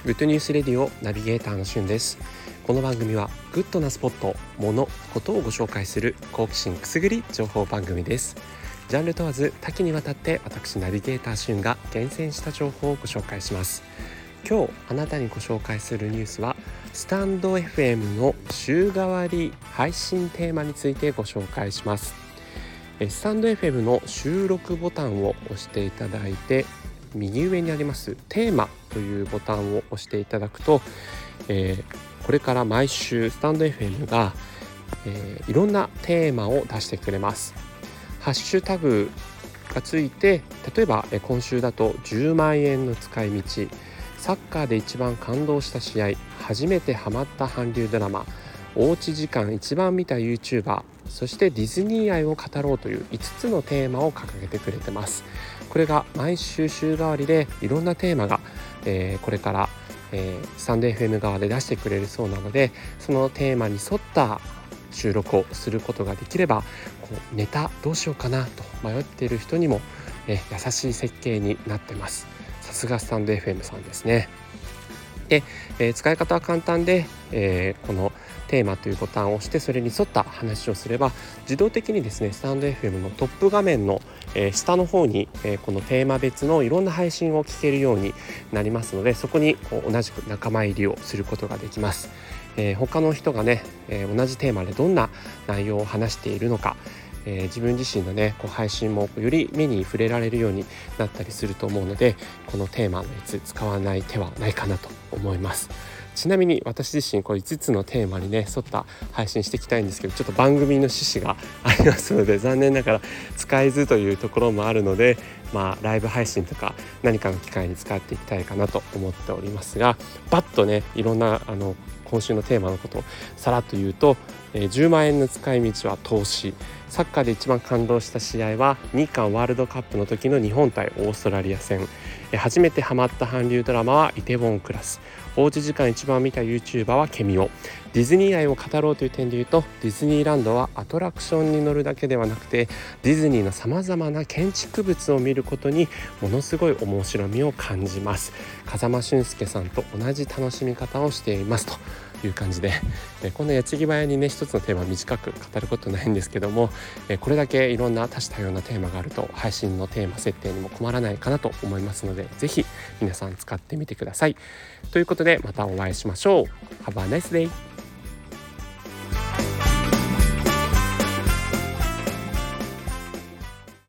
グッドニュースレディオナビゲーターのしゅんです。この番組はグッドなスポット、物、ことをご紹介する好奇心くすぐり情報番組です。ジャンル問わず多岐にわたって私ナビゲーターしゅんが厳選した情報をご紹介します。今日あなたにご紹介するニュースはスタンド FM の週替わり配信テーマについてご紹介します。スタンド FM の収録ボタンを押していただいて、右上にありますテーマというボタンを押していただくと、これから毎週スタンド FM が、いろんなテーマを出してくれます。ハッシュタグがついて、例えば今週だと10万円の使い道、サッカーで一番感動した試合、初めてハマった韓流ドラマ、おうち時間一番見た YouTuber、そしてディズニー愛を語ろうという5つのテーマを掲げてくれてます。これが毎週週替わりでいろんなテーマが、これから、スタンド FM 側で出してくれるそうなので、そのテーマに沿った収録をすることができれば、ネタどうしようかなと迷っている人にも、優しい設計になってます。さすがスタンド FM さんですね。で、使い方は簡単で、このテーマというボタンを押してそれに沿った話をすれば、自動的にですねスタンド FM のトップ画面の、下の方に、このテーマ別のいろんな配信を聞けるようになりますので、そこに同じく仲間入りをすることができます。他の人がね、同じテーマでどんな内容を話しているのか、自分自身のね配信もより目に触れられるようになったりすると思うので、このテーマのやつ使わない手はないかなと思います。ちなみに私自身5つのテーマにね沿った配信していきたいんですけど、ちょっと番組の趣旨がありますので残念ながら使いずというところもあるので、ライブ配信とか何かの機会に使っていきたいかなと思っておりますが、バッとねいろんな今週のテーマのことをさらっと言うと、10万円の使い道は投資、サッカーで一番感動した試合は日韓ワールドカップの時の日本対オーストラリア戦、初めてハマった韓流ドラマはイテウォンクラス、おうち時間一番見た YouTuber はケミオ、ディズニー愛を語ろうという点でいうと、ディズニーランドはアトラクションに乗るだけではなくて、ディズニーのさまざまな建築物を見ることにものすごい面白みを感じます。風間俊介さんと同じ楽しみ方をしていますという感じで、こんな矢継ぎ早にね一つのテーマを短く語ることないんですけども、これだけいろんな多種多様なテーマがあると配信のテーマ設定にも困らないかなと思いますので、ぜひ皆さん使ってみてください。ということでまたお会いしましょう。Have a nice day!